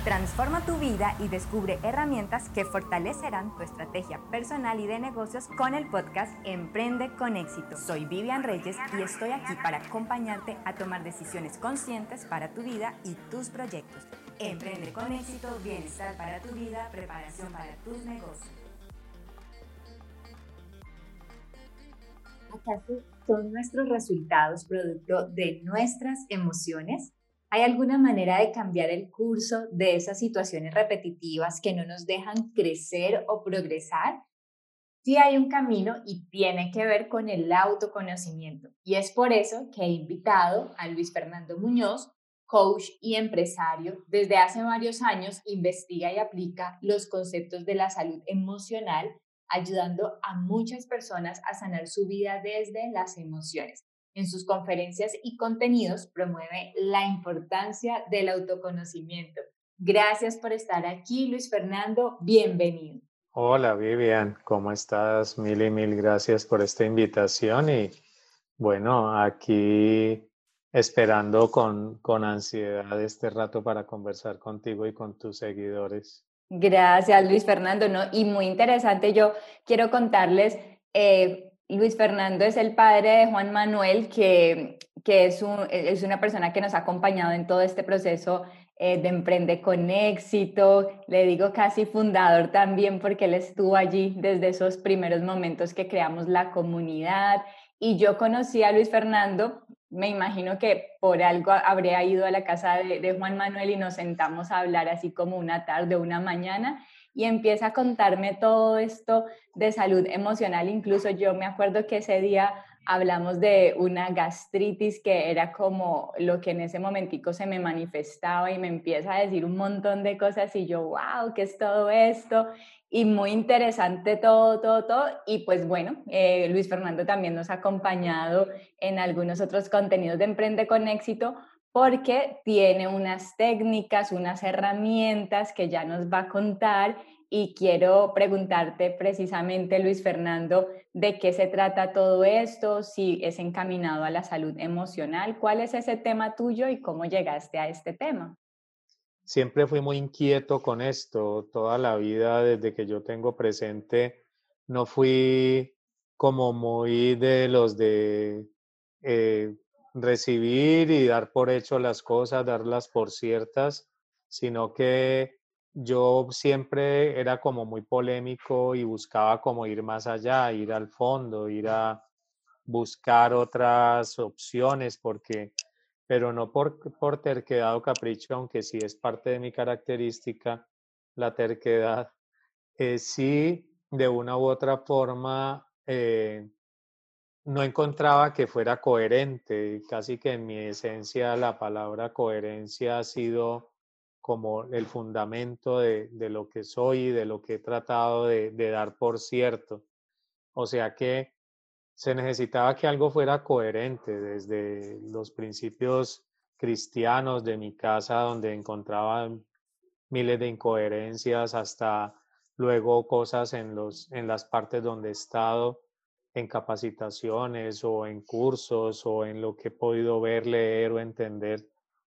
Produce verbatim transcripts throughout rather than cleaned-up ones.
Transforma tu vida y descubre herramientas que fortalecerán tu estrategia personal y de negocios con el podcast Emprende con Éxito. Soy Vivian Reyes y estoy aquí para acompañarte a tomar decisiones conscientes para tu vida y tus proyectos. Emprende con Éxito, bienestar para tu vida, preparación para tus negocios. ¿Acaso son nuestros resultados producto de nuestras emociones? ¿Hay alguna manera de cambiar el curso de esas situaciones repetitivas que no nos dejan crecer o progresar? Sí hay un camino y tiene que ver con el autoconocimiento. Y es por eso que he invitado a Luis Fernando Muñoz, coach y empresario. Desde hace varios años investiga y aplica los conceptos de la salud emocional, ayudando a muchas personas a sanar su vida desde las emociones. En sus conferencias y contenidos promueve la importancia del autoconocimiento. Gracias por estar aquí, Luis Fernando. Bienvenido. Hola Vivian, ¿cómo estás? Mil y mil gracias por esta invitación y bueno, aquí esperando con, con ansiedad este rato para conversar contigo y con tus seguidores. Gracias, Luis Fernando, ¿no? Y muy interesante, yo quiero contarles, eh, Luis Fernando es el padre de Juan Manuel, que, que es, un, es una persona que nos ha acompañado en todo este proceso eh, de Emprende con Éxito, le digo casi fundador también porque él estuvo allí desde esos primeros momentos que creamos la comunidad, y yo conocí a Luis Fernando. Me imagino que por algo habría ido a la casa de, de Juan Manuel y nos sentamos a hablar así como una tarde o una mañana, y empieza a contarme todo esto de salud emocional. Incluso yo me acuerdo que ese día hablamos de una gastritis que era como lo que en ese momentico se me manifestaba, y me empieza a decir un montón de cosas y yo, wow, ¿qué es todo esto? Y muy interesante todo, todo, todo. Y pues bueno, eh, Luis Fernando también nos ha acompañado en algunos otros contenidos de Emprende con Éxito, porque tiene unas técnicas, unas herramientas que ya nos va a contar. Y quiero preguntarte precisamente, Luis Fernando, de qué se trata todo esto, si es encaminado a la salud emocional, cuál es ese tema tuyo y cómo llegaste a este tema. Siempre fui muy inquieto con esto, toda la vida desde que yo tengo presente, no fui como muy de los de eh, recibir y dar por hecho las cosas, darlas por ciertas, sino que yo siempre era como muy polémico y buscaba como ir más allá, ir al fondo, ir a buscar otras opciones, porque pero no por, por terquedad o capricho, aunque sí es parte de mi característica, la terquedad, eh, sí de una u otra forma eh, no encontraba que fuera coherente. Casi que en mi esencia la palabra coherencia ha sido como el fundamento de, de lo que soy y de lo que he tratado de, de dar por cierto. O sea que se necesitaba que algo fuera coherente desde los principios cristianos de mi casa, donde encontraba miles de incoherencias, hasta luego cosas en, los, en las partes donde he estado, en capacitaciones o en cursos o en lo que he podido ver, leer o entender.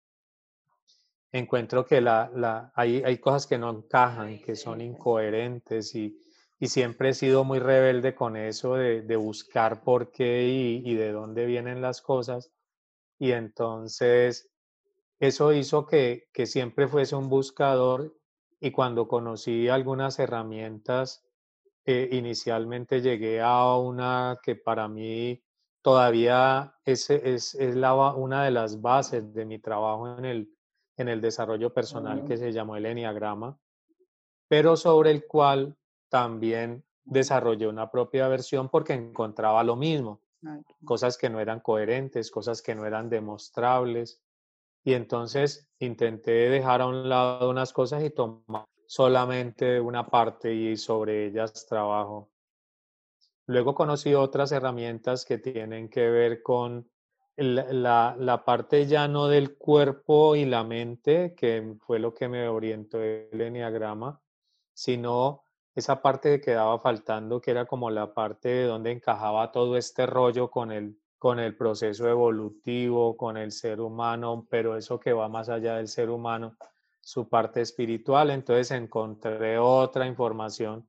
Encuentro que la, la, hay, hay cosas que no encajan, que son incoherentes, y, y siempre he sido muy rebelde con eso de, de buscar por qué y, y de dónde vienen las cosas. Y entonces eso hizo que, que siempre fuese un buscador, y cuando conocí algunas herramientas, eh, inicialmente llegué a una que para mí todavía es, es, es la, una de las bases de mi trabajo en el, en el desarrollo personal, que se llamó el Enneagrama, pero sobre el cual también desarrollé una propia versión porque encontraba lo mismo, Okay. cosas que no eran coherentes, cosas que no eran demostrables, y entonces intenté dejar a un lado unas cosas y tomar solamente una parte y sobre ellas trabajo. Luego conocí otras herramientas que tienen que ver con la, la, la parte ya no del cuerpo y la mente, que fue lo que me orientó el enneagrama, sino esa parte que quedaba faltando, que era como la parte de donde encajaba todo este rollo con el, con el proceso evolutivo, con el ser humano, pero eso que va más allá del ser humano, su parte espiritual. Entonces encontré otra información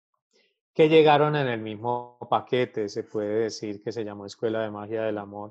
que llegaron en el mismo paquete, se puede decir, que se llamó Escuela de Magia del Amor.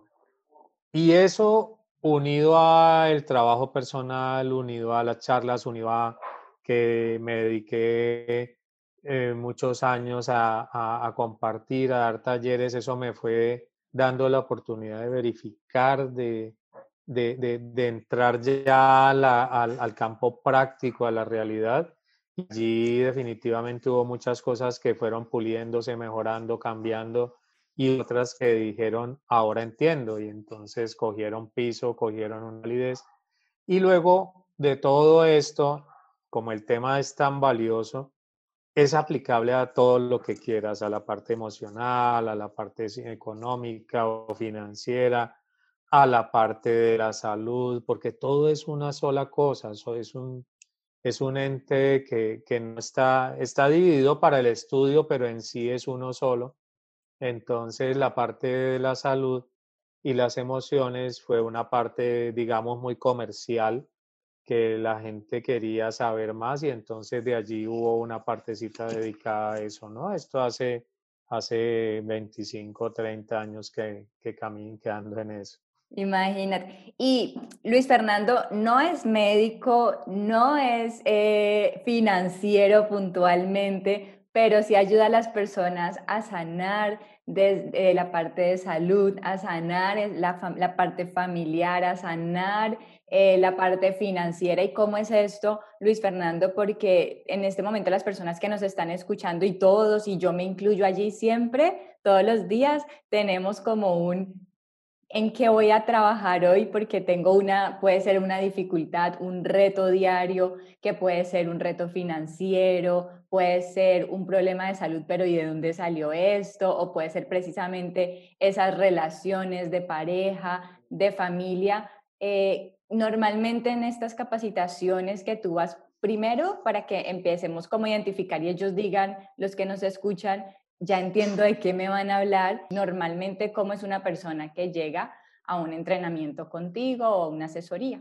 Y eso, unido al trabajo personal, unido a las charlas, unido a que me dediqué eh, muchos años a, a, a compartir, a dar talleres, eso me fue dando la oportunidad de verificar, de, de, de, de entrar ya a la, al, al campo práctico, a la realidad. Y allí definitivamente hubo muchas cosas que fueron puliéndose, mejorando, cambiando, y otras que dijeron, ahora entiendo, y entonces cogieron piso, cogieron una validez. Y luego de todo esto, como el tema es tan valioso, es aplicable a todo lo que quieras, a la parte emocional, a la parte económica o financiera, a la parte de la salud, porque todo es una sola cosa, eso es un, es un ente que, que no está, está dividido para el estudio, pero en sí es uno solo. Entonces, la parte de la salud y las emociones fue una parte, digamos, muy comercial, que la gente quería saber más, y entonces de allí hubo una partecita dedicada a eso, ¿no? Esto hace, hace veinticinco, treinta años que, que camino, que ando en eso. Imagínate. Y Luis Fernando no es médico, no es eh, financiero puntualmente, pero sí ayuda a las personas a sanar desde la parte de salud, a sanar la, la parte familiar, a sanar eh, la parte financiera. ¿Y cómo es esto, Luis Fernando? Porque en este momento las personas que nos están escuchando, y todos, y yo me incluyo allí siempre, todos los días, tenemos como un en qué voy a trabajar hoy, porque tengo una, puede ser una dificultad, un reto diario, que puede ser un reto financiero, puede ser un problema de salud, pero ¿y de dónde salió esto? O puede ser precisamente esas relaciones de pareja, de familia. Eh, normalmente en estas capacitaciones que tú vas, primero para que empecemos como a identificar y ellos digan, los que nos escuchan, ya entiendo de qué me van a hablar. Normalmente, ¿cómo es una persona que llega a un entrenamiento contigo o una asesoría?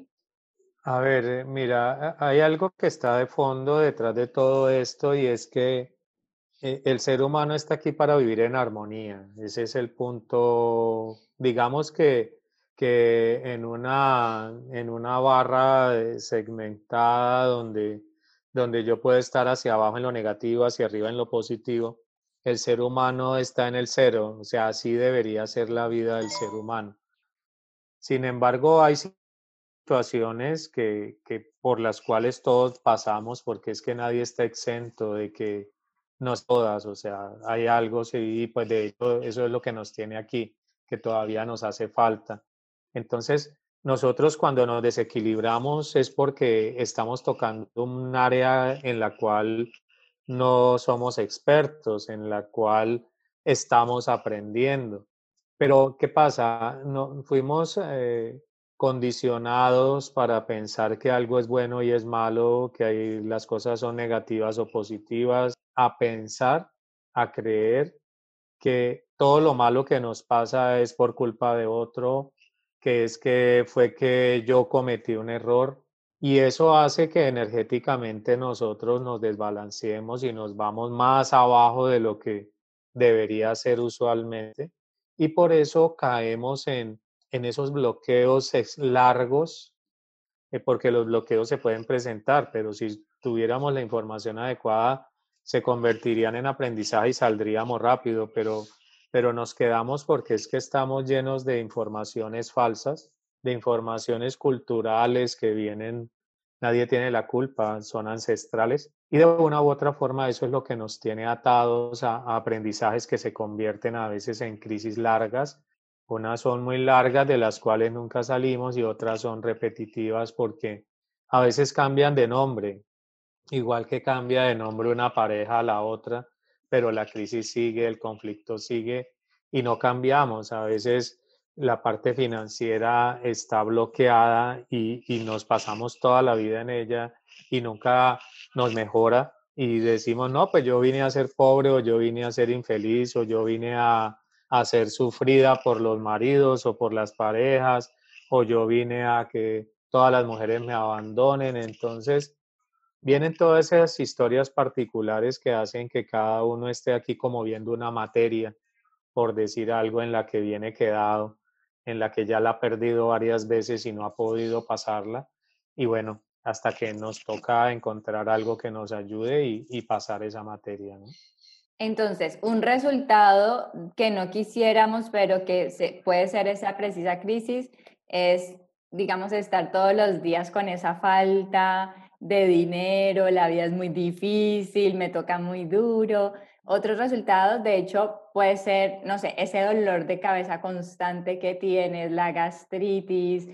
A ver, eh, mira, a- hay algo que está de fondo detrás de todo esto, y es que eh, el ser humano está aquí para vivir en armonía. Ese es el punto, digamos que, que en una, en una barra eh, segmentada donde, donde yo puedo estar hacia abajo en lo negativo, hacia arriba en lo positivo, el ser humano está en el cero, o sea, así debería ser la vida del ser humano. Sin embargo, hay situaciones que, que por las cuales todos pasamos, porque es que nadie está exento de que nos todas, o sea, hay algo, sí, pues de hecho eso es lo que nos tiene aquí, que todavía nos hace falta. Entonces, nosotros cuando nos desequilibramos es porque estamos tocando un área en la cual no somos expertos, en la cual estamos aprendiendo. Pero, ¿qué pasa? No, fuimos eh, condicionados para pensar que algo es bueno y es malo, que hay, las cosas son negativas o positivas, a pensar, a creer que todo lo malo que nos pasa es por culpa de otro, que es que fue que yo cometí un error, y eso hace que energéticamente nosotros nos desbalanceemos y nos vamos más abajo de lo que debería ser usualmente, y por eso caemos en, en esos bloqueos largos, eh, porque los bloqueos se pueden presentar, pero si tuviéramos la información adecuada, se convertirían en aprendizaje y saldríamos rápido, pero, pero nos quedamos porque es que estamos llenos de informaciones falsas, de informaciones culturales que vienen, nadie tiene la culpa, son ancestrales, y de una u otra forma eso es lo que nos tiene atados a, a aprendizajes que se convierten a veces en crisis largas. Unas son muy largas, de las cuales nunca salimos, y otras son repetitivas porque a veces cambian de nombre, igual que cambia de nombre una pareja a la otra, pero la crisis sigue, el conflicto sigue y no cambiamos. A veces la parte financiera está bloqueada y, y nos pasamos toda la vida en ella y nunca nos mejora, y decimos, no, pues yo vine a ser pobre, o yo vine a ser infeliz, o yo vine a, a ser sufrida por los maridos o por las parejas, o yo vine a que todas las mujeres me abandonen. Entonces, vienen todas esas historias particulares que hacen que cada uno esté aquí como viendo una materia, por decir algo, en la que viene quedado, en la que ya la ha perdido varias veces y no ha podido pasarla. Y bueno, hasta que nos toca encontrar algo que nos ayude y, y pasar esa materia, ¿no? Entonces, un resultado que no quisiéramos, pero que se, puede ser esa precisa crisis, es, digamos, estar todos los días con esa falta de dinero, la vida es muy difícil, me toca muy duro. Otros resultados, de hecho, puede ser, no sé, ese dolor de cabeza constante que tienes, la gastritis,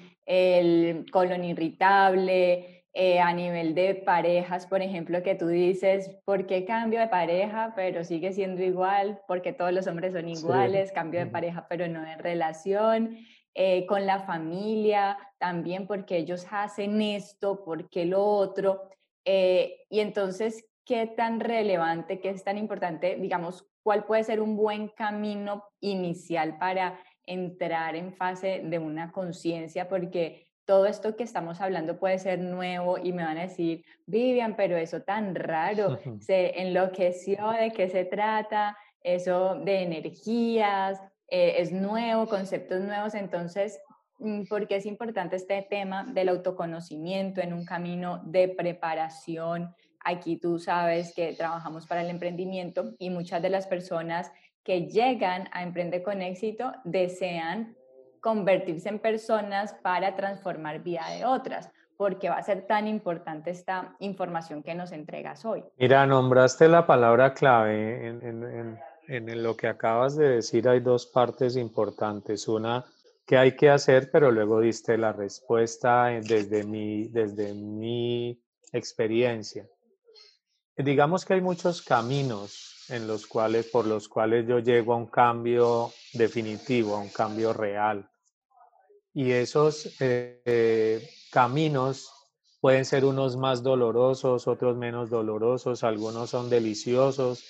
el colon irritable, eh, a nivel de parejas, por ejemplo, que tú dices, ¿por qué cambio de pareja pero sigue siendo igual? Porque todos los hombres son Sí. iguales, cambio de Ujú. pareja pero no de relación, eh, con la familia también porque ellos hacen esto, porque lo otro, eh, y entonces, ¿qué tan relevante, qué es tan importante, digamos, cuál puede ser un buen camino inicial para entrar en fase de una conciencia? Porque todo esto que estamos hablando puede ser nuevo y me van a decir, Vivian, pero eso tan raro, se enloqueció, ¿de qué se trata? Eso de energías, eh, es nuevo, conceptos nuevos, entonces, mm, ¿por qué es importante este tema del autoconocimiento en un camino de preparación? Aquí tú sabes que trabajamos para el emprendimiento y muchas de las personas que llegan a Emprende con Éxito desean convertirse en personas para transformar vida de otras. ¿Por qué va a ser tan importante esta información que nos entregas hoy? Mira, nombraste la palabra clave. En, en, en, en lo que acabas de decir hay dos partes importantes. Una, que hay que hacer, pero luego diste la respuesta desde mi, desde mi experiencia. Digamos que hay muchos caminos en los cuales, por los cuales yo llego a un cambio definitivo, a un cambio real. Y esos eh, eh, caminos pueden ser unos más dolorosos, otros menos dolorosos, algunos son deliciosos,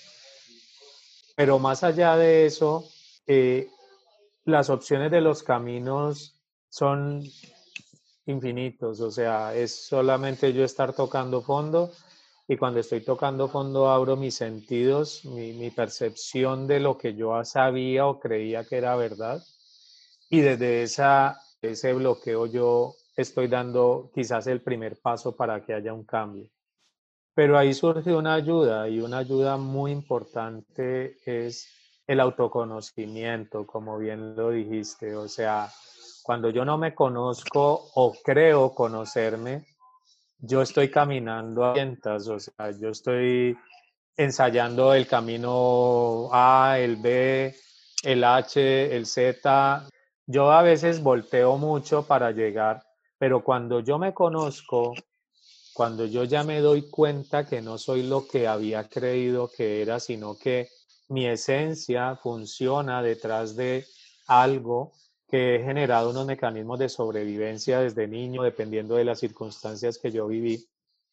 pero más allá de eso, eh, las opciones de los caminos son infinitos, o sea, es solamente yo estar tocando fondo y cuando estoy tocando fondo abro mis sentidos, mi, mi percepción de lo que yo sabía o creía que era verdad y desde esa, ese bloqueo yo estoy dando quizás el primer paso para que haya un cambio. Pero ahí surge una ayuda y una ayuda muy importante es el autoconocimiento, como bien lo dijiste. O sea, cuando yo no me conozco o creo conocerme, yo estoy caminando a tientas, o sea, yo estoy ensayando el camino A, el B, el H, el Z. Yo a veces volteo mucho para llegar, pero cuando yo me conozco, cuando yo ya me doy cuenta que no soy lo que había creído que era, sino que mi esencia funciona detrás de algo que he generado unos mecanismos de sobrevivencia desde niño, dependiendo de las circunstancias que yo viví.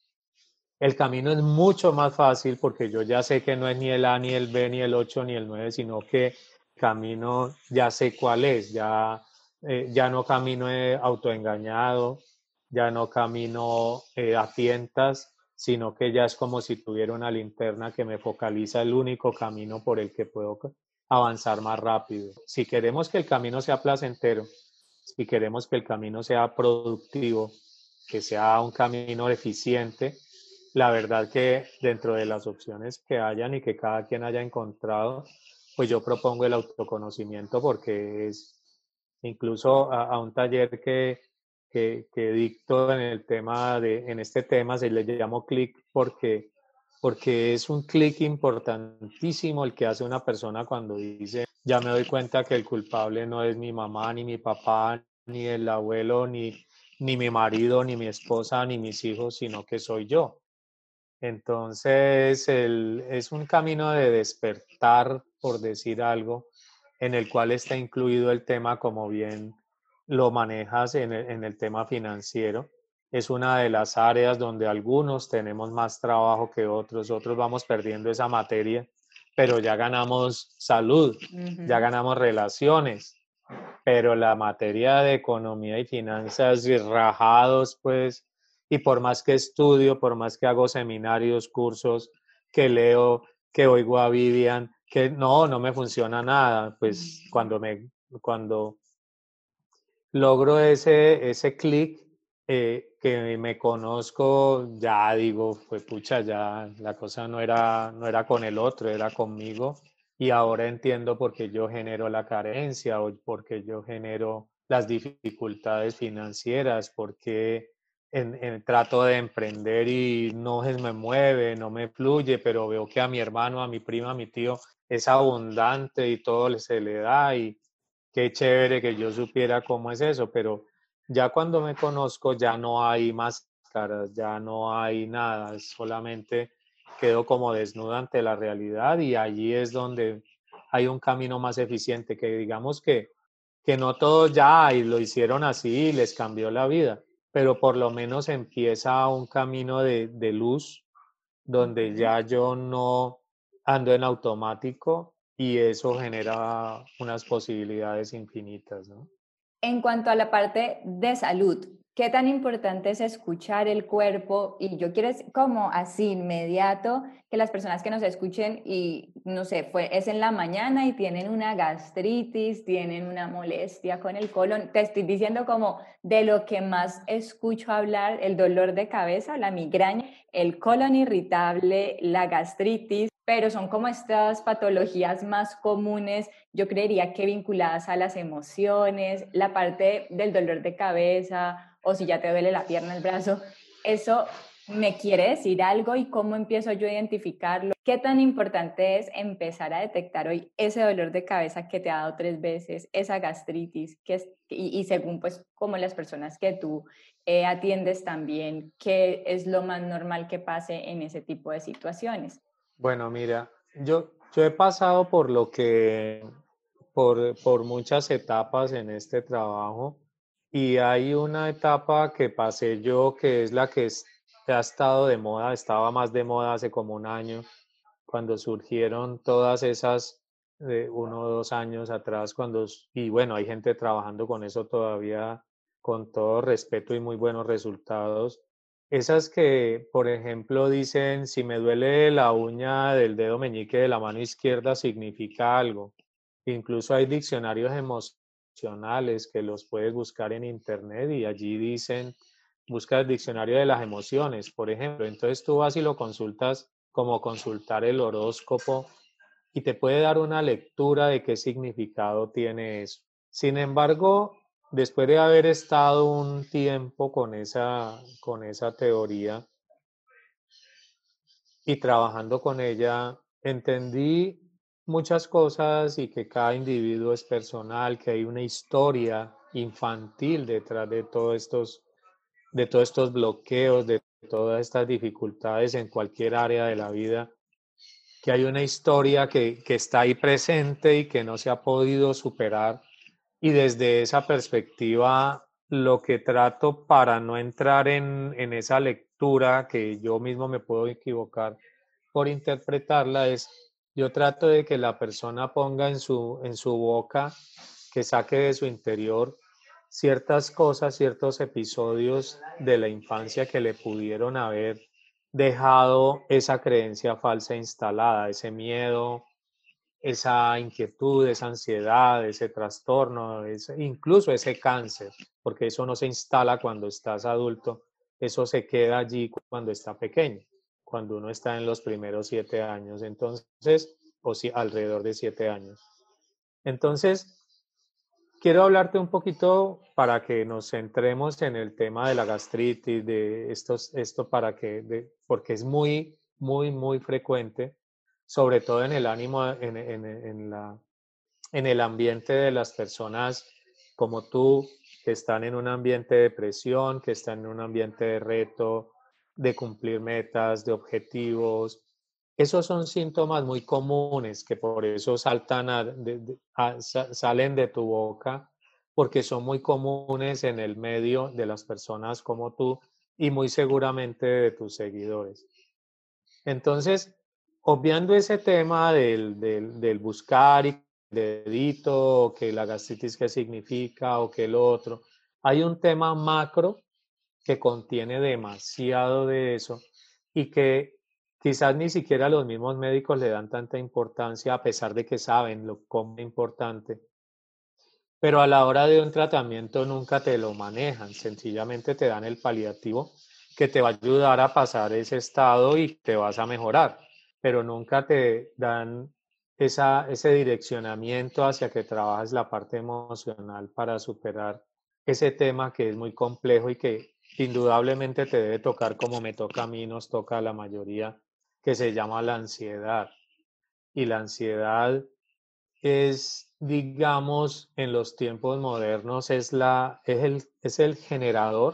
El camino es mucho más fácil porque yo ya sé que no es ni el A, ni el B, ni el ocho, ni el nueve, sino que el camino ya sé cuál es, ya, eh, ya no camino eh, autoengañado, ya no camino eh, a tientas, sino que ya es como si tuviera una linterna que me focaliza el único camino por el que puedo avanzar más rápido. Si queremos que el camino sea placentero, si queremos que el camino sea productivo, que sea un camino eficiente, la verdad que dentro de las opciones que hayan y que cada quien haya encontrado, pues yo propongo el autoconocimiento porque es incluso a, a un taller que, que, que, dicto en el tema de, en este tema se le llamo clic porque, porque es un clic importantísimo el que hace una persona cuando dice, ya me doy cuenta que el culpable no es mi mamá, ni mi papá, ni el abuelo, ni, ni mi marido, ni mi esposa, ni mis hijos, sino que soy yo. Entonces, el, es un camino de despertar, por decir algo, en el cual está incluido el tema, como bien lo manejas en el, en el tema financiero. Es una de las áreas donde algunos tenemos más trabajo que otros, otros vamos perdiendo esa materia, pero ya ganamos salud, ya Ujú. ganamos relaciones, pero la materia de economía y finanzas y rajados, pues, y por más que estudio, por más que hago seminarios, cursos, que leo, que oigo a Vivian, que no, no me funciona nada, pues cuando me, cuando logro ese, ese clic, eh, que me conozco, ya digo, pues pucha, ya la cosa no era, no era con el otro, era conmigo. Y ahora entiendo por qué yo genero la carencia o por qué yo genero las dificultades financieras, porque en, en, trato de emprender y no se me mueve, no me fluye, pero veo que a mi hermano, a mi prima, a mi tío es abundante y todo se le da y qué chévere que yo supiera cómo es eso, pero ya cuando me conozco ya no hay máscaras, ya no hay nada, solamente quedo como desnudo ante la realidad y allí es donde hay un camino más eficiente, que digamos que, que no todos ya y lo hicieron así y les cambió la vida, pero por lo menos empieza un camino de, de luz donde ya yo no ando en automático y eso genera unas posibilidades infinitas, ¿no? En cuanto a la parte de salud, ¿qué tan importante es escuchar el cuerpo? Y yo quiero es como así inmediato que las personas que nos escuchen y no sé, fue, es en la mañana y tienen una gastritis, tienen una molestia con el colon. Te estoy diciendo como de lo que más escucho hablar, el dolor de cabeza, la migraña, el colon irritable, la gastritis, pero son como estas patologías más comunes, yo creería que vinculadas a las emociones, la parte del dolor de cabeza o si ya te duele la pierna, el brazo, eso me quiere decir algo y cómo empiezo yo a identificarlo. ¿Qué tan importante es empezar a detectar hoy ese dolor de cabeza que te ha dado tres veces, esa gastritis, que es, y, y según pues como las personas que tú eh, atiendes también, qué es lo más normal que pase en ese tipo de situaciones? Bueno, mira, yo, yo he pasado por lo que, por, por muchas etapas en este trabajo y hay una etapa que pasé yo que es la que es- ha estado de moda, estaba más de moda hace como un año, cuando surgieron todas esas, de uno o dos años atrás, cuando, y bueno, hay gente trabajando con eso todavía con todo respeto y muy buenos resultados. Esas que, por ejemplo, dicen, si me duele la uña del dedo meñique de la mano izquierda, significa algo. Incluso hay diccionarios emocionales que los puedes buscar en internet y allí dicen, busca el diccionario de las emociones, por ejemplo. Entonces tú vas y lo consultas como consultar el horóscopo y te puede dar una lectura de qué significado tiene eso. Sin embargo, después de haber estado un tiempo con esa, con esa teoría y trabajando con ella, entendí muchas cosas y que cada individuo es personal, que hay una historia infantil detrás de todos estos, de todos estos bloqueos, de todas estas dificultades en cualquier área de la vida, que hay una historia que, que está ahí presente y que no se ha podido superar. Y desde esa perspectiva, lo que trato para no entrar en, en esa lectura que yo mismo me puedo equivocar por interpretarla es, yo trato de que la persona ponga en su, en su boca, que saque de su interior ciertas cosas, ciertos episodios de la infancia que le pudieron haber dejado esa creencia falsa instalada, ese miedo, esa inquietud, esa ansiedad, ese trastorno, ese, incluso ese cáncer, porque eso no se instala cuando estás adulto, eso se queda allí cuando está pequeño, cuando uno está en los primeros siete años, entonces, o si alrededor de siete años. Entonces, quiero hablarte un poquito para que nos centremos en el tema de la gastritis, de estos, esto para que, de, porque es muy, muy, muy frecuente, sobre todo en el ánimo, en, en, en, la, en el ambiente de las personas como tú, que están en un ambiente de presión, que están en un ambiente de reto, de cumplir metas, de objetivos. Esos son síntomas muy comunes que por eso saltan a, de, de, a, salen de tu boca, porque son muy comunes en el medio de las personas como tú y muy seguramente de tus seguidores. Entonces, obviando ese tema del, del, del buscar y dedito, o que la gastritis qué significa, o que el otro. Hay un tema macro que contiene demasiado de eso y que quizás ni siquiera los mismos médicos le dan tanta importancia a pesar de que saben lo cómo es importante. Pero a la hora de un tratamiento nunca te lo manejan, sencillamente te dan el paliativo que te va a ayudar a pasar ese estado y te vas a mejorar, pero nunca te dan esa, ese direccionamiento hacia que trabajes la parte emocional para superar ese tema que es muy complejo y que indudablemente te debe tocar como me toca a mí, nos toca a la mayoría, que se llama la ansiedad. Y la ansiedad es, digamos, en los tiempos modernos, es, la, es, el, es el generador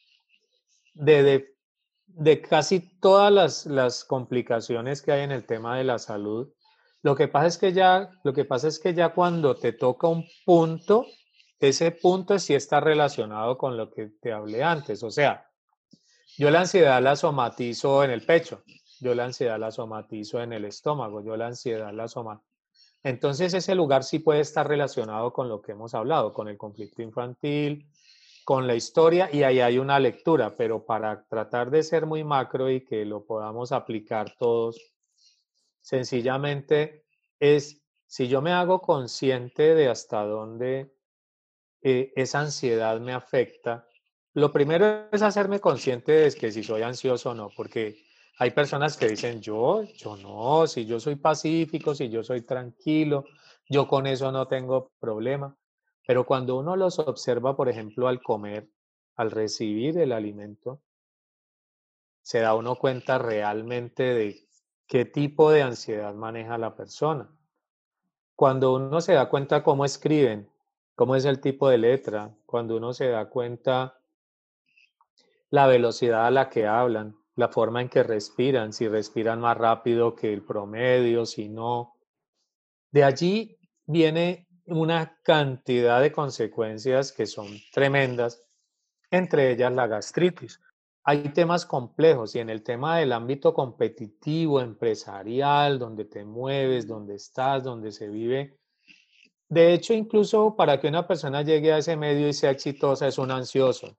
de, de, de casi todas las, las complicaciones que hay en el tema de la salud. Lo que pasa es que ya, lo que pasa es que ya cuando te toca un punto, ese punto sí está relacionado con lo que te hablé antes. O sea, yo la ansiedad la somatizo en el pecho, yo la ansiedad la somatizo en el estómago, yo la ansiedad la somatizo. Entonces ese lugar sí puede estar relacionado con lo que hemos hablado, con el conflicto infantil, con la historia, y ahí hay una lectura, pero para tratar de ser muy macro y que lo podamos aplicar todos, sencillamente es, si yo me hago consciente de hasta dónde eh, esa ansiedad me afecta, lo primero es hacerme consciente de que si soy ansioso o no, porque hay personas que dicen, yo, yo no, si yo soy pacífico, si yo soy tranquilo, yo con eso no tengo problema. Pero cuando uno los observa, por ejemplo, al comer, al recibir el alimento, se da uno cuenta realmente de qué tipo de ansiedad maneja la persona. Cuando uno se da cuenta cómo escriben, cómo es el tipo de letra, cuando uno se da cuenta la velocidad a la que hablan, la forma en que respiran, si respiran más rápido que el promedio, si no. De allí viene una cantidad de consecuencias que son tremendas, entre ellas la gastritis. Hay temas complejos y en el tema del ámbito competitivo, empresarial, donde te mueves, donde estás, donde se vive. De hecho, incluso para que una persona llegue a ese medio y sea exitosa es un ansioso.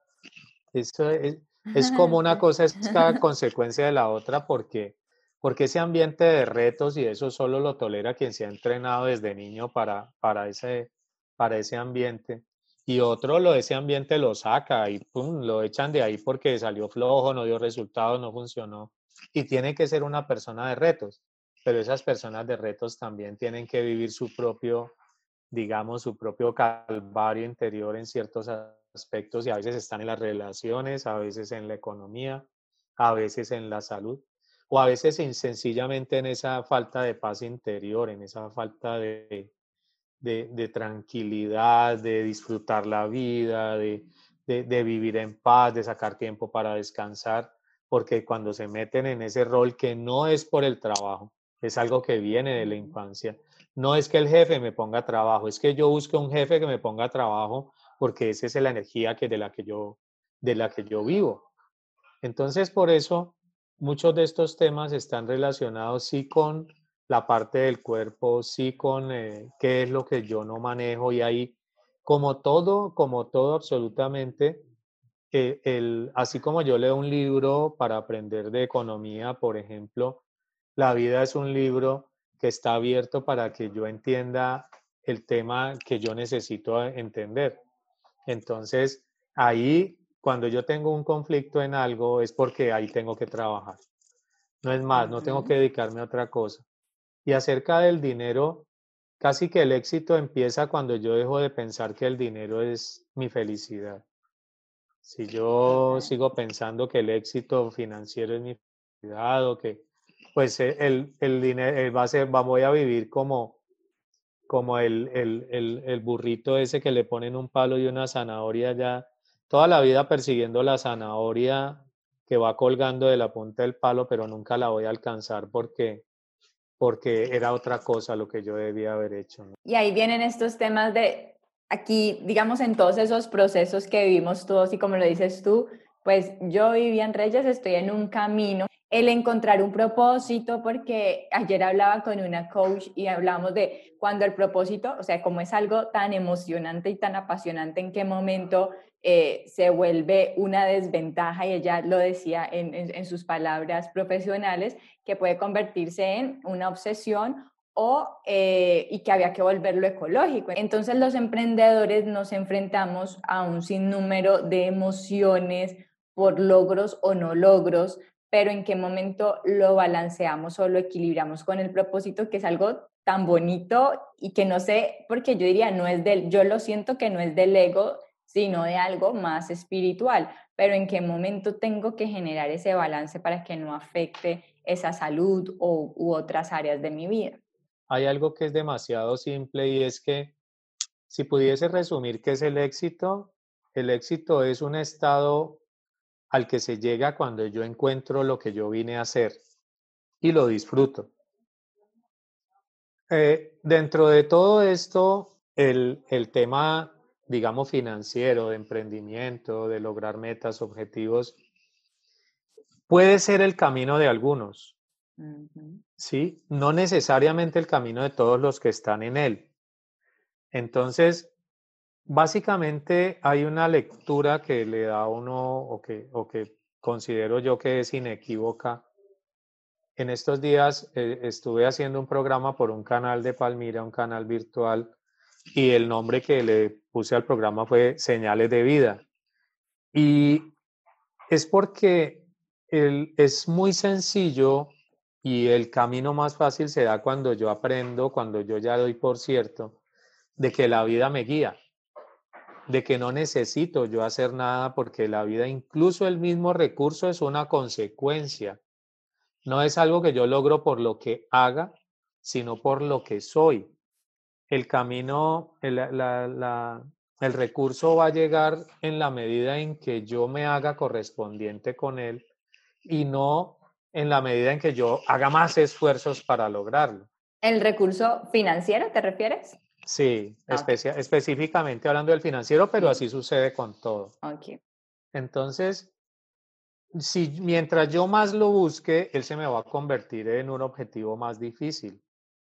Eso es, es como una Sí. cosa, es cada consecuencia de la otra, porque, porque ese ambiente de retos y eso solo lo tolera quien se ha entrenado desde niño para, para, ese, para ese ambiente. Y otro lo de ese ambiente lo saca y pum, lo echan de ahí porque salió flojo, no dio resultados, no funcionó. Y tiene que ser una persona de retos, pero esas personas de retos también tienen que vivir su propio, digamos, su propio calvario interior en ciertos aspectos y a veces están en las relaciones, a veces en la economía, a veces en la salud o a veces sencillamente en esa falta de paz interior, en esa falta de, de, de tranquilidad, de disfrutar la vida, de, de, de vivir en paz, de sacar tiempo para descansar, porque cuando se meten en ese rol que no es por el trabajo, es algo que viene de la infancia. No es que el jefe me ponga trabajo, es que yo busque un jefe que me ponga trabajo porque esa es la energía que de la que yo de la que yo vivo. Entonces, por eso muchos de estos temas están relacionados sí con la parte del cuerpo, sí con eh, qué es lo que yo no manejo y ahí, como todo, como todo absolutamente, eh, el, así como yo leo un libro para aprender de economía, por ejemplo, la vida es un libro que está abierto para que yo entienda el tema que yo necesito entender. Entonces, ahí, cuando yo tengo un conflicto en algo, es porque ahí tengo que trabajar. No es más, no tengo que Ujú. dedicarme a otra cosa. Y acerca del dinero, casi que el éxito empieza cuando yo dejo de pensar que el dinero es mi felicidad. Si yo Total. sigo pensando que el éxito financiero es mi felicidad o que, pues eh, el, el dinero va a ser, va, voy a vivir como, como el, el, el, el burrito ese que le ponen un palo y una zanahoria ya, toda la vida persiguiendo la zanahoria que va colgando de la punta del palo, pero nunca la voy a alcanzar porque, porque era otra cosa lo que yo debía haber hecho, ¿no? Y ahí vienen estos temas de, aquí, digamos, en todos esos procesos que vivimos todos y como lo dices tú, pues yo viví en Reyes, estoy en un camino el encontrar un propósito, porque ayer hablaba con una coach y hablamos de cuando el propósito, o sea, como es algo tan emocionante y tan apasionante, en qué momento eh, se vuelve una desventaja, y ella lo decía en, en, en sus palabras profesionales, que puede convertirse en una obsesión o, eh, y que había que volverlo ecológico. Entonces los emprendedores nos enfrentamos a un sinnúmero de emociones por logros o no logros, pero en qué momento lo balanceamos o lo equilibramos con el propósito, que es algo tan bonito y que no sé, porque yo diría, no es del, yo lo siento que no es del ego, sino de algo más espiritual, pero en qué momento tengo que generar ese balance para que no afecte esa salud o, u otras áreas de mi vida. Hay algo que es demasiado simple y es que si pudiese resumir qué es el éxito, el éxito es un estado al que se llega cuando yo encuentro lo que yo vine a hacer y lo disfruto. Eh, dentro de todo esto, el, el tema, digamos, financiero, de emprendimiento, de lograr metas, objetivos, puede ser el camino de algunos, Uh-huh. ¿sí? No necesariamente el camino de todos los que están en él. Entonces, básicamente hay una lectura que le da a uno o que, o que considero yo que es inequívoca. En estos días eh, estuve haciendo un programa por un canal de Palmira, un canal virtual, y el nombre que le puse al programa fue Señales de Vida. Y es porque el, es muy sencillo y el camino más fácil se da cuando yo aprendo, cuando yo ya doy por cierto, de que la vida me guía, de que no necesito yo hacer nada porque la vida, incluso el mismo recurso, es una consecuencia. No es algo que yo logro por lo que haga, sino por lo que soy. El camino, el, la, la, el recurso va a llegar en la medida en que yo me haga correspondiente con él y no en la medida en que yo haga más esfuerzos para lograrlo. ¿El recurso financiero te refieres? Sí, Okay. especia, específicamente hablando del financiero, pero Sí. así sucede con todo. Okay. Entonces, si mientras yo más lo busque, él se me va a convertir en un objetivo más difícil.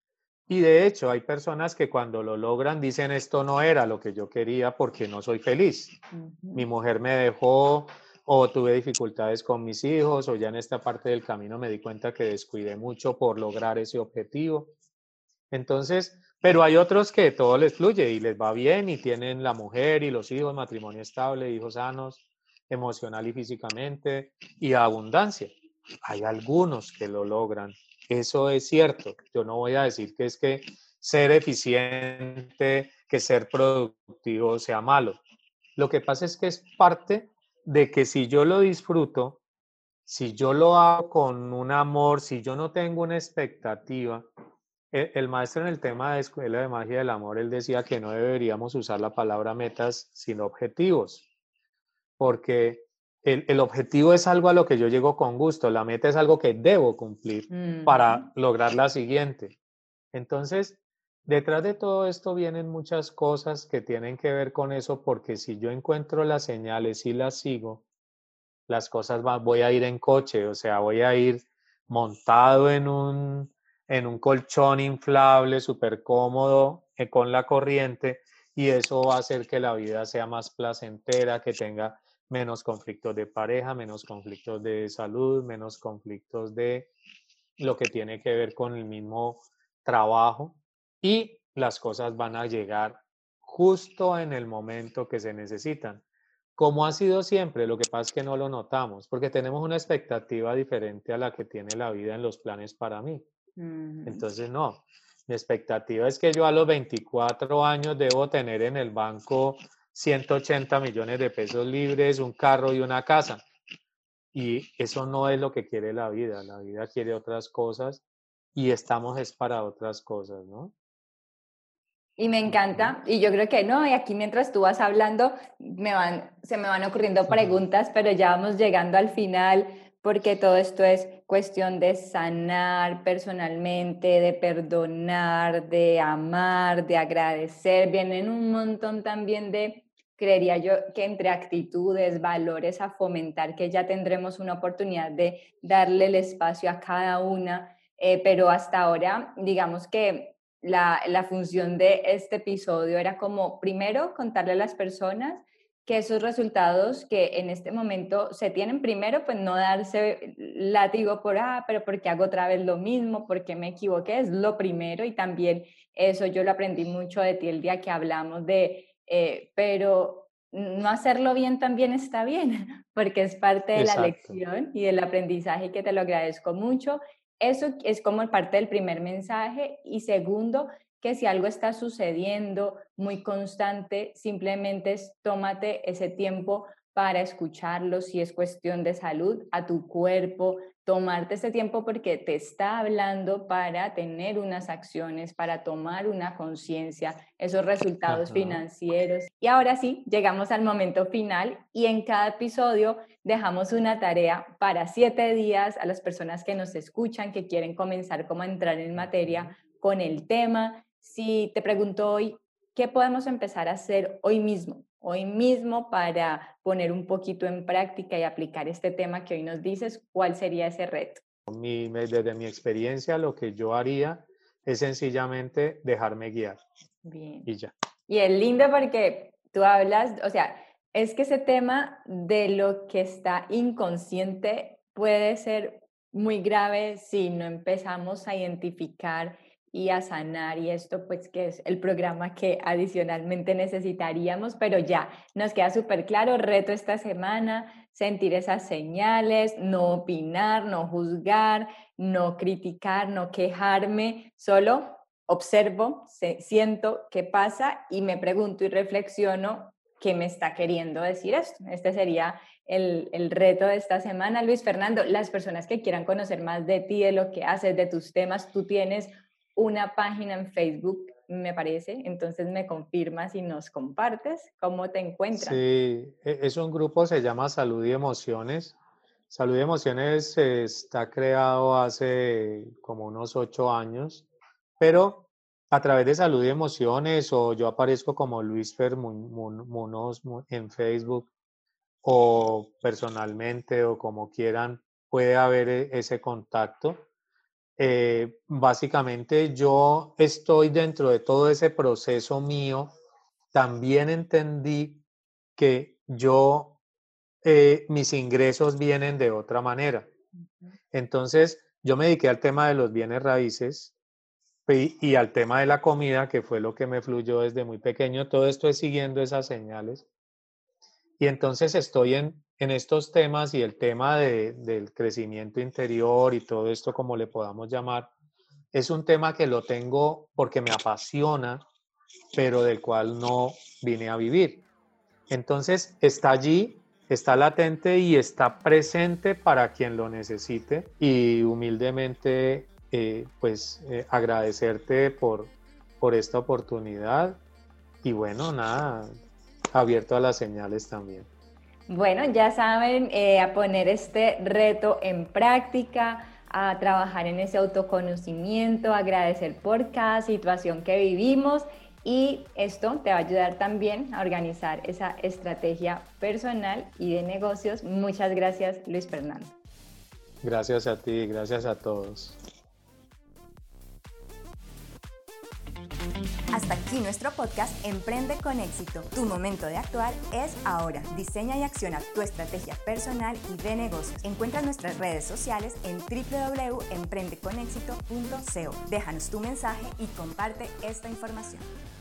Y de hecho, hay personas que cuando lo logran dicen esto no era lo que yo quería porque no soy feliz. Uh-huh. Mi mujer me dejó o tuve dificultades con mis hijos o ya en esta parte del camino me di cuenta que descuidé mucho por lograr ese objetivo. Entonces, pero hay otros que todo les fluye y les va bien y tienen la mujer y los hijos, matrimonio estable, hijos sanos, emocional y físicamente y abundancia. Hay algunos que lo logran. Eso es cierto. Yo no voy a decir que es que ser eficiente, que ser productivo sea malo. Lo que pasa es que es parte de que si yo lo disfruto, si yo lo hago con un amor, si yo no tengo una expectativa, el, el maestro en el tema de Escuela de Magia del Amor, él decía que no deberíamos usar la palabra metas, sino objetivos, porque el, el objetivo es algo a lo que yo llego con gusto, la meta es algo que debo cumplir Uh-huh. para lograr la siguiente. Entonces, detrás de todo esto vienen muchas cosas que tienen que ver con eso, porque si yo encuentro las señales y las sigo, las cosas van, voy a ir en coche, o sea, voy a ir montado en un, en un colchón inflable, súper cómodo, eh, con la corriente, y eso va a hacer que la vida sea más placentera, que tenga menos conflictos de pareja, menos conflictos de salud, menos conflictos de lo que tiene que ver con el mismo trabajo, y las cosas van a llegar justo en el momento que se necesitan. Como ha sido siempre, lo que pasa es que no lo notamos, porque tenemos una expectativa diferente a la que tiene la vida en los planes para mí. Uh-huh. Entonces, no, mi expectativa es que yo a los veinticuatro años debo tener en el banco ciento ochenta millones de pesos libres, un carro y una casa. Y eso no es lo que quiere la vida. La vida quiere otras cosas y estamos es para otras cosas, ¿no? Y me encanta, y yo creo que no, y aquí mientras tú vas hablando, me van, se me van ocurriendo preguntas, pero ya vamos llegando al final, porque todo esto es cuestión de sanar personalmente, de perdonar, de amar, de agradecer, vienen un montón también de creería yo que entre actitudes, valores a fomentar, que ya tendremos una oportunidad de darle el espacio a cada una, eh, pero hasta ahora, digamos que la, la función de este episodio era como, primero, contarle a las personas que esos resultados que en este momento se tienen, primero, pues no darse látigo por, ah, pero ¿por qué hago otra vez lo mismo? ¿Por qué me equivoqué? Es lo primero, y también eso yo lo aprendí mucho de ti el día que hablamos de, eh, pero no hacerlo bien también está bien, porque es parte de la Exacto. lección y del aprendizaje, que te lo agradezco mucho. Eso es como parte del primer mensaje. Y segundo, que si algo está sucediendo muy constante, simplemente es, tómate ese tiempo para escucharlo. Si es cuestión de salud, a tu cuerpo, tomarte ese tiempo porque te está hablando para tener unas acciones, para tomar una conciencia, esos resultados Ajá. financieros. Y ahora sí, llegamos al momento final, y en cada episodio dejamos una tarea para siete días a las personas que nos escuchan, que quieren comenzar como a entrar en Ujú. materia con el tema. Si te pregunto hoy, ¿qué podemos empezar a hacer hoy mismo? Hoy mismo para poner un poquito en práctica y aplicar este tema que hoy nos dices, ¿cuál sería ese reto? Mi- me- desde mi experiencia, lo que yo haría es sencillamente dejarme guiar Bien. y ya. Y es lindo porque tú hablas, o sea, es que ese tema de lo que está inconsciente puede ser muy grave si no empezamos a identificar y a sanar, y esto pues que es el programa que adicionalmente necesitaríamos, pero ya nos queda súper claro. Reto esta semana, sentir esas señales, no opinar, no juzgar, no criticar, no quejarme, solo observo, se, siento qué pasa y me pregunto y reflexiono qué me está queriendo decir esto. Este sería el, el reto de esta semana. Luis Fernando, las personas que quieran conocer más de ti, de lo que haces, de tus temas, tú tienes una página en Facebook, me parece, entonces me confirmas y nos compartes cómo te Sí, encuentran. e- es un grupo, se llama Salud y Emociones. Salud y Emociones eh, está creado hace como unos ocho años, pero a través de Salud y Emociones, o yo aparezco como Luis Fer Mu- Mu- Munoz Mu- en Facebook, o personalmente, o como quieran, puede haber e- ese contacto. Eh, básicamente yo estoy dentro de todo ese proceso mío. También entendí que yo, eh, mis ingresos vienen de otra manera. Ujú. Entonces, yo me dediqué al tema de los bienes raíces y, y al tema de la comida, que fue lo que me fluyó desde muy pequeño. Todo esto es siguiendo esas señales. Y entonces estoy en, en estos temas, y el tema de, del crecimiento interior y todo esto, como le podamos llamar, es un tema que lo tengo porque me apasiona, pero del cual no vine a vivir. Entonces está allí, está latente y está presente para quien lo necesite, y humildemente eh, pues eh, agradecerte por, por esta oportunidad, y bueno, nada, abierto a las señales también. Bueno, ya saben, eh, a poner este reto en práctica, a trabajar en ese autoconocimiento, agradecer por cada situación que vivimos, y esto te va a ayudar también a organizar esa estrategia personal y de negocios. Muchas gracias, Luis Fernando. Gracias a ti, gracias a todos. Hasta aquí nuestro podcast Emprende con éxito. Tu momento de actuar es ahora. Diseña y acciona tu estrategia personal y de negocios. Encuentra nuestras redes sociales en w w w punto emprende con éxito punto co. Déjanos tu mensaje y comparte esta información.